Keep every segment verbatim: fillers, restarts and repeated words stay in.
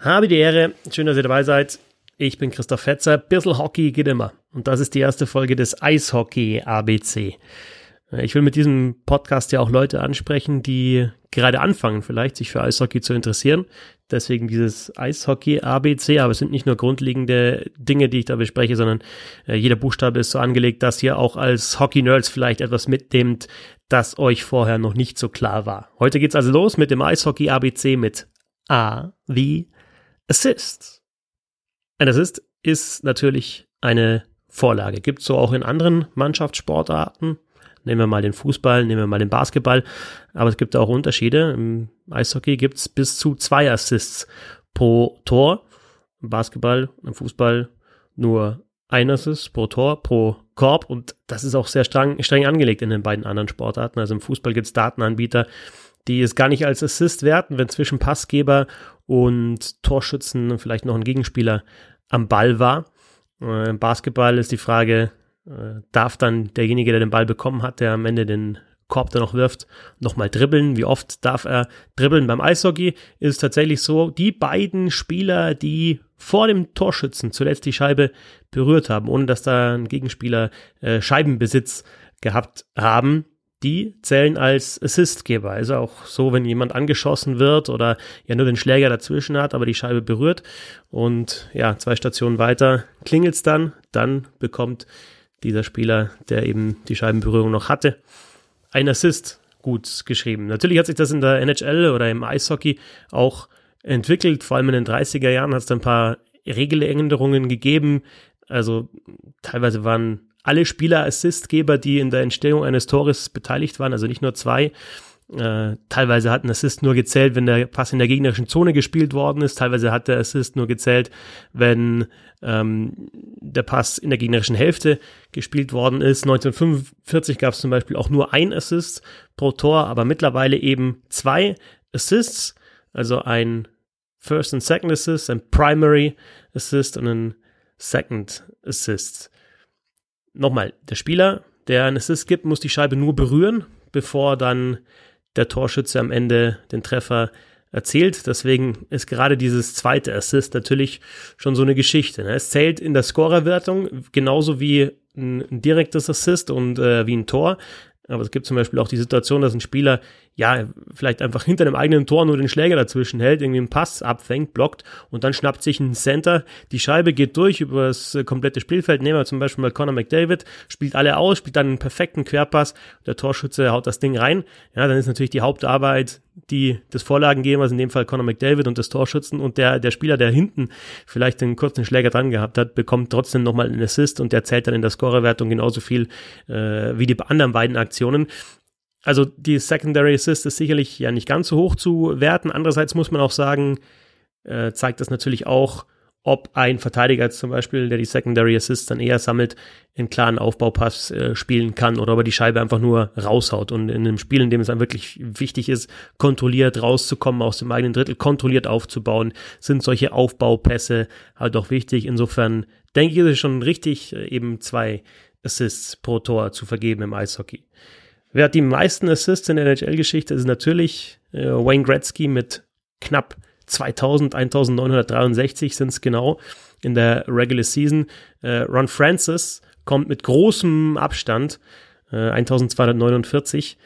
Habe die Ehre, schön, dass ihr dabei seid. Ich bin Christoph Fetzer, bissl Hockey geht immer. Und das ist die erste Folge des Eishockey A B C. Ich will mit diesem Podcast ja auch Leute ansprechen, die gerade anfangen vielleicht, sich für Eishockey zu interessieren. Deswegen dieses Eishockey A B C, aber es sind nicht nur grundlegende Dinge, die ich da bespreche, sondern äh, jeder Buchstabe ist so angelegt, dass ihr auch als Hockey-Nerds vielleicht etwas mitnehmt, das euch vorher noch nicht so klar war. Heute geht's also los mit dem Eishockey A B C mit A wie Assist. Ein Assist ist natürlich eine Vorlage. Gibt es so auch in anderen Mannschaftssportarten. Nehmen wir mal den Fußball, nehmen wir mal den Basketball. Aber es gibt auch Unterschiede. Im Eishockey gibt es bis zu zwei Assists pro Tor. Im Basketball, im Fußball nur ein Assist pro Tor, pro Korb. Und das ist auch sehr streng, streng angelegt in den beiden anderen Sportarten. Also im Fußball gibt es Datenanbieter, die es gar nicht als Assist werten, wenn zwischen Passgeber und Torschützen vielleicht noch ein Gegenspieler am Ball war. Äh, Im Basketball ist die Frage, äh, darf dann derjenige, der den Ball bekommen hat, der am Ende den Korb dann noch wirft, nochmal dribbeln? Wie oft darf er dribbeln? Beim Eishockey ist es tatsächlich so, die beiden Spieler, die vor dem Torschützen zuletzt die Scheibe berührt haben, ohne dass da ein Gegenspieler äh, Scheibenbesitz gehabt haben, die zählen als Assistgeber. Also auch so, wenn jemand angeschossen wird oder ja nur den Schläger dazwischen hat, aber die Scheibe berührt und ja, zwei Stationen weiter klingelt's dann, dann bekommt dieser Spieler, der eben die Scheibenberührung noch hatte, ein Assist gut geschrieben. Natürlich hat sich das in der N H L oder im Eishockey auch entwickelt, vor allem in den dreißiger Jahren hat es da ein paar Regeländerungen gegeben. Also teilweise waren alle Spieler Assistgeber, die in der Entstehung eines Tores beteiligt waren, also nicht nur zwei. Äh, teilweise hat ein Assist nur gezählt, wenn der Pass in der gegnerischen Zone gespielt worden ist. Teilweise hat der Assist nur gezählt, wenn ähm, der Pass in der gegnerischen Hälfte gespielt worden ist. neunzehnhundertfünfundvierzig gab es zum Beispiel auch nur ein Assist pro Tor, aber mittlerweile eben zwei Assists, also ein First and Second Assist, ein Primary Assist und ein Second Assist. Nochmal, der Spieler, der einen Assist gibt, muss die Scheibe nur berühren, bevor dann der Torschütze am Ende den Treffer erzielt. Deswegen ist gerade dieses zweite Assist natürlich schon so eine Geschichte. Ne? Es zählt in der Scorerwertung genauso wie ein, ein direktes Assist und äh, wie ein Tor. Aber es gibt zum Beispiel auch die Situation, dass ein Spieler ja vielleicht einfach hinter dem eigenen Tor nur den Schläger dazwischen hält, irgendwie einen Pass abfängt, blockt und dann schnappt sich ein Center. Die Scheibe geht durch über das komplette Spielfeld. Nehmen wir zum Beispiel mal Connor McDavid, spielt alle aus, spielt dann einen perfekten Querpass. Der Torschütze haut das Ding rein. Ja, dann ist natürlich die Hauptarbeit die des Vorlagengebers, in dem Fall Connor McDavid und des Torschützen, und der der Spieler, der hinten vielleicht einen kurzen Schläger dran gehabt hat, bekommt trotzdem nochmal einen Assist und der zählt dann in der Scorerwertung genauso viel äh, wie die anderen beiden Aktionen. Also die Secondary Assist ist sicherlich ja nicht ganz so hoch zu werten. Andererseits muss man auch sagen, äh, zeigt das natürlich auch, ob ein Verteidiger zum Beispiel, der die Secondary Assists dann eher sammelt, einen klaren Aufbaupass äh, spielen kann oder ob er die Scheibe einfach nur raushaut. Und in einem Spiel, in dem es dann wirklich wichtig ist, kontrolliert rauszukommen aus dem eigenen Drittel, kontrolliert aufzubauen, sind solche Aufbaupässe halt auch wichtig. Insofern denke ich, ist es schon richtig, eben zwei Assists pro Tor zu vergeben im Eishockey. Wer hat die meisten Assists in der N H L-Geschichte? Das ist natürlich äh, Wayne Gretzky mit knapp zweitausend, eintausendneunhundertdreiundsechzig sind es genau in der Regular Season. Äh, Ron Francis kommt mit großem Abstand, äh, eintausendzweihundertneunundvierzig.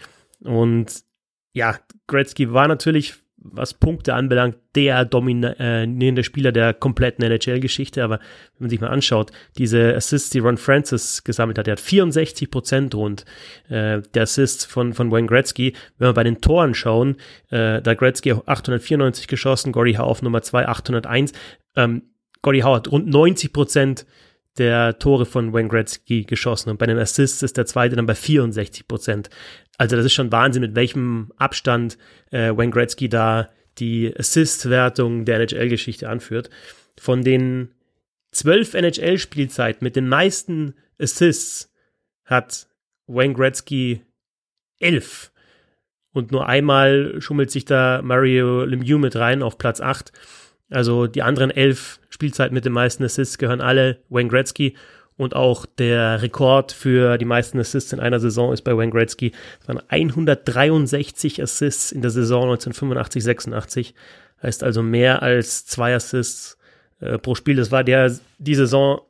Und ja, Gretzky war natürlich, was Punkte anbelangt, der dominierende Spieler der kompletten N H L-Geschichte. Aber wenn man sich mal anschaut, diese Assists, die Ron Francis gesammelt hat, der hat vierundsechzig Prozent rund äh, der Assists von, von Wayne Gretzky. Wenn wir bei den Toren schauen, äh, da Gretzky achthundertvierundneunzig geschossen, Gordie Howe auf Nummer zwei, achthunderteins. Ähm, Gordie Howe hat rund neunzig Prozent der Tore von Wayne Gretzky geschossen und bei den Assists ist der zweite dann bei vierundsechzig Prozent. Also das ist schon Wahnsinn, mit welchem Abstand äh, Wayne Gretzky da die Assist-Wertung der N H L-Geschichte anführt. Von den zwölf N H L-Spielzeiten mit den meisten Assists hat Wayne Gretzky elf. Und nur einmal schummelt sich da Mario Lemieux mit rein auf Platz acht. Also die anderen elf Spielzeiten mit den meisten Assists gehören alle Wayne Gretzky. Und auch der Rekord für die meisten Assists in einer Saison ist bei Wayne Gretzky. Es waren hundertdreiundsechzig Assists in der Saison neunzehnhundertfünfundachtzig sechsundachtzig. heißt also mehr als zwei Assists äh, pro Spiel. Das war der die Saison,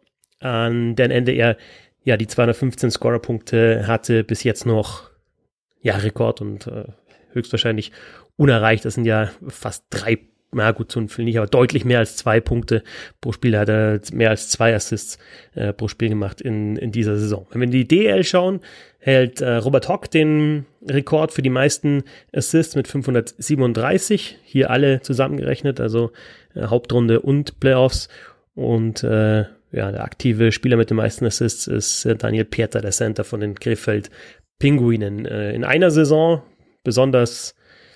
an deren Ende er ja die zweihundertfünfzehn Scorerpunkte hatte, bis jetzt noch ja Rekord und äh, höchstwahrscheinlich unerreicht. Das sind ja fast drei, na gut, so viel nicht, aber deutlich mehr als zwei Punkte pro Spiel. Da hat er mehr als zwei Assists äh, pro Spiel gemacht in, in dieser Saison. Wenn wir in die D L schauen, hält äh, Robert Hock den Rekord für die meisten Assists mit fünfhundertsiebenunddreißig. Hier alle zusammengerechnet, also äh, Hauptrunde und Playoffs. Und äh, ja, der aktive Spieler mit den meisten Assists ist äh, Daniel Pieter, der Center von den Krefeld Pinguinen. Äh, in einer Saison besonders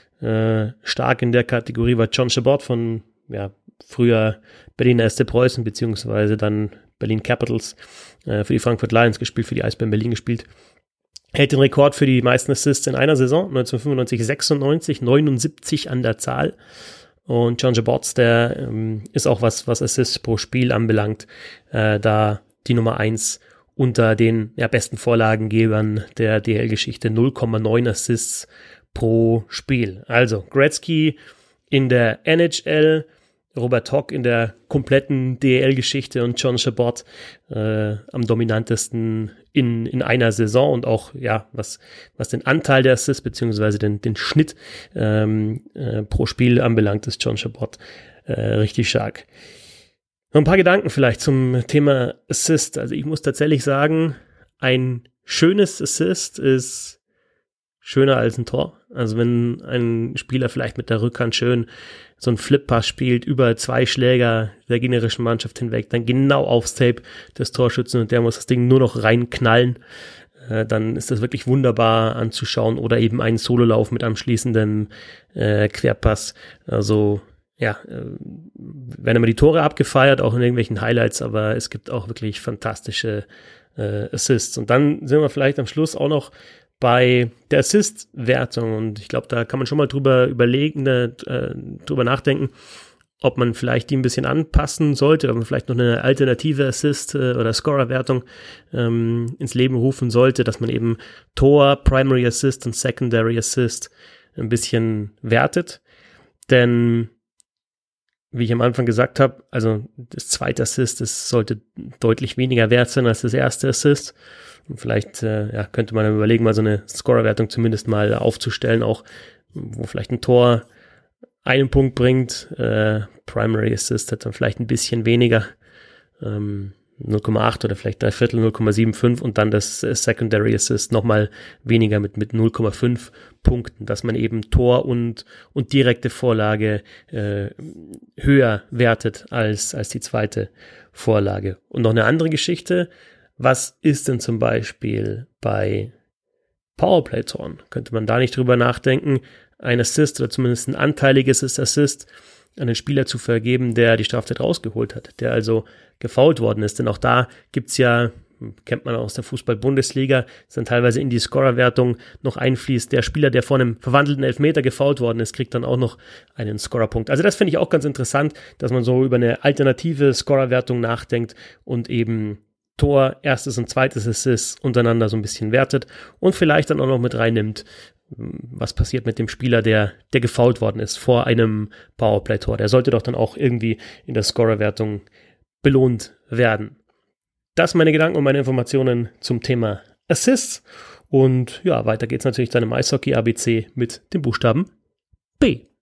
äh, stark in der Kategorie war John Chabot von ja, früher Berliner S C Preußen, beziehungsweise dann Berlin Capitals, äh, für die Frankfurt Lions gespielt, für die Eisbären Berlin gespielt. Hält den Rekord für die meisten Assists in einer Saison, neunzehnhundertfünfundneunzig sechsundneunzig, neunundsiebzig an der Zahl. Und John Chabot, der ähm, ist auch was, was Assists pro Spiel anbelangt, äh, da die Nummer eins unter den ja, besten Vorlagengebern der D L-Geschichte, null Komma neun Assists pro Spiel. Also Gretzky in der N H L, Robert Hock in der kompletten D L-Geschichte und John Chabot äh, am dominantesten in, in einer Saison und auch, ja, was, was den Anteil der Assists beziehungsweise den, den Schnitt ähm, äh, pro Spiel anbelangt, ist John Chabot äh, richtig stark. Noch ein paar Gedanken vielleicht zum Thema Assist. Also ich muss tatsächlich sagen, ein schönes Assist ist schöner als ein Tor. Also wenn ein Spieler vielleicht mit der Rückhand schön so einen Flip-Pass spielt über zwei Schläger der gegnerischen Mannschaft hinweg, dann genau aufs Tape des Torschützen und der muss das Ding nur noch reinknallen, äh, dann ist das wirklich wunderbar anzuschauen. Oder eben einen Sololauf mit anschließendem äh, Querpass. Also ja, äh, werden immer die Tore abgefeiert, auch in irgendwelchen Highlights, aber es gibt auch wirklich fantastische äh, Assists. Und dann sind wir vielleicht am Schluss auch noch bei der Assist-Wertung, und ich glaube, da kann man schon mal drüber überlegen, äh, drüber nachdenken, ob man vielleicht die ein bisschen anpassen sollte, ob man vielleicht noch eine alternative Assist- äh, oder Scorer-Wertung ähm, ins Leben rufen sollte, dass man eben Tor, Primary Assist und Secondary Assist ein bisschen wertet. Denn wie ich am Anfang gesagt habe, also das zweite Assist, das sollte deutlich weniger wert sein als das erste Assist. Und vielleicht äh, ja, könnte man überlegen, mal so eine Scorerwertung zumindest mal aufzustellen, auch wo vielleicht ein Tor einen Punkt bringt, äh, Primary Assist hat dann vielleicht ein bisschen weniger, ähm, null Komma acht oder vielleicht drei Viertel, null Komma fünfundsiebzig, und dann das äh, Secondary Assist nochmal weniger mit, mit null Komma fünf Punkten, dass man eben Tor und, und direkte Vorlage äh, höher wertet als, als die zweite Vorlage. Und noch eine andere Geschichte: Was ist denn zum Beispiel bei Powerplay-Toren? Könnte man da nicht drüber nachdenken, ein Assist oder zumindest ein anteiliges Assist an den Spieler zu vergeben, der die Strafzeit rausgeholt hat, der also gefoult worden ist? Denn auch da gibt's ja, kennt man aus der Fußball-Bundesliga, dass dann teilweise in die Scorerwertung noch einfließt, der Spieler, der vor einem verwandelten Elfmeter gefoult worden ist, kriegt dann auch noch einen Scorerpunkt. Also das finde ich auch ganz interessant, dass man so über eine alternative Scorerwertung nachdenkt und eben Tor, erstes und zweites Assist untereinander so ein bisschen wertet und vielleicht dann auch noch mit reinnimmt, was passiert mit dem Spieler, der, der gefoult worden ist vor einem Powerplay-Tor. Der sollte doch dann auch irgendwie in der Scorerwertung belohnt werden. Das sind meine Gedanken und meine Informationen zum Thema Assists. Und ja, weiter geht's natürlich dann im Eishockey A B C mit dem Buchstaben B.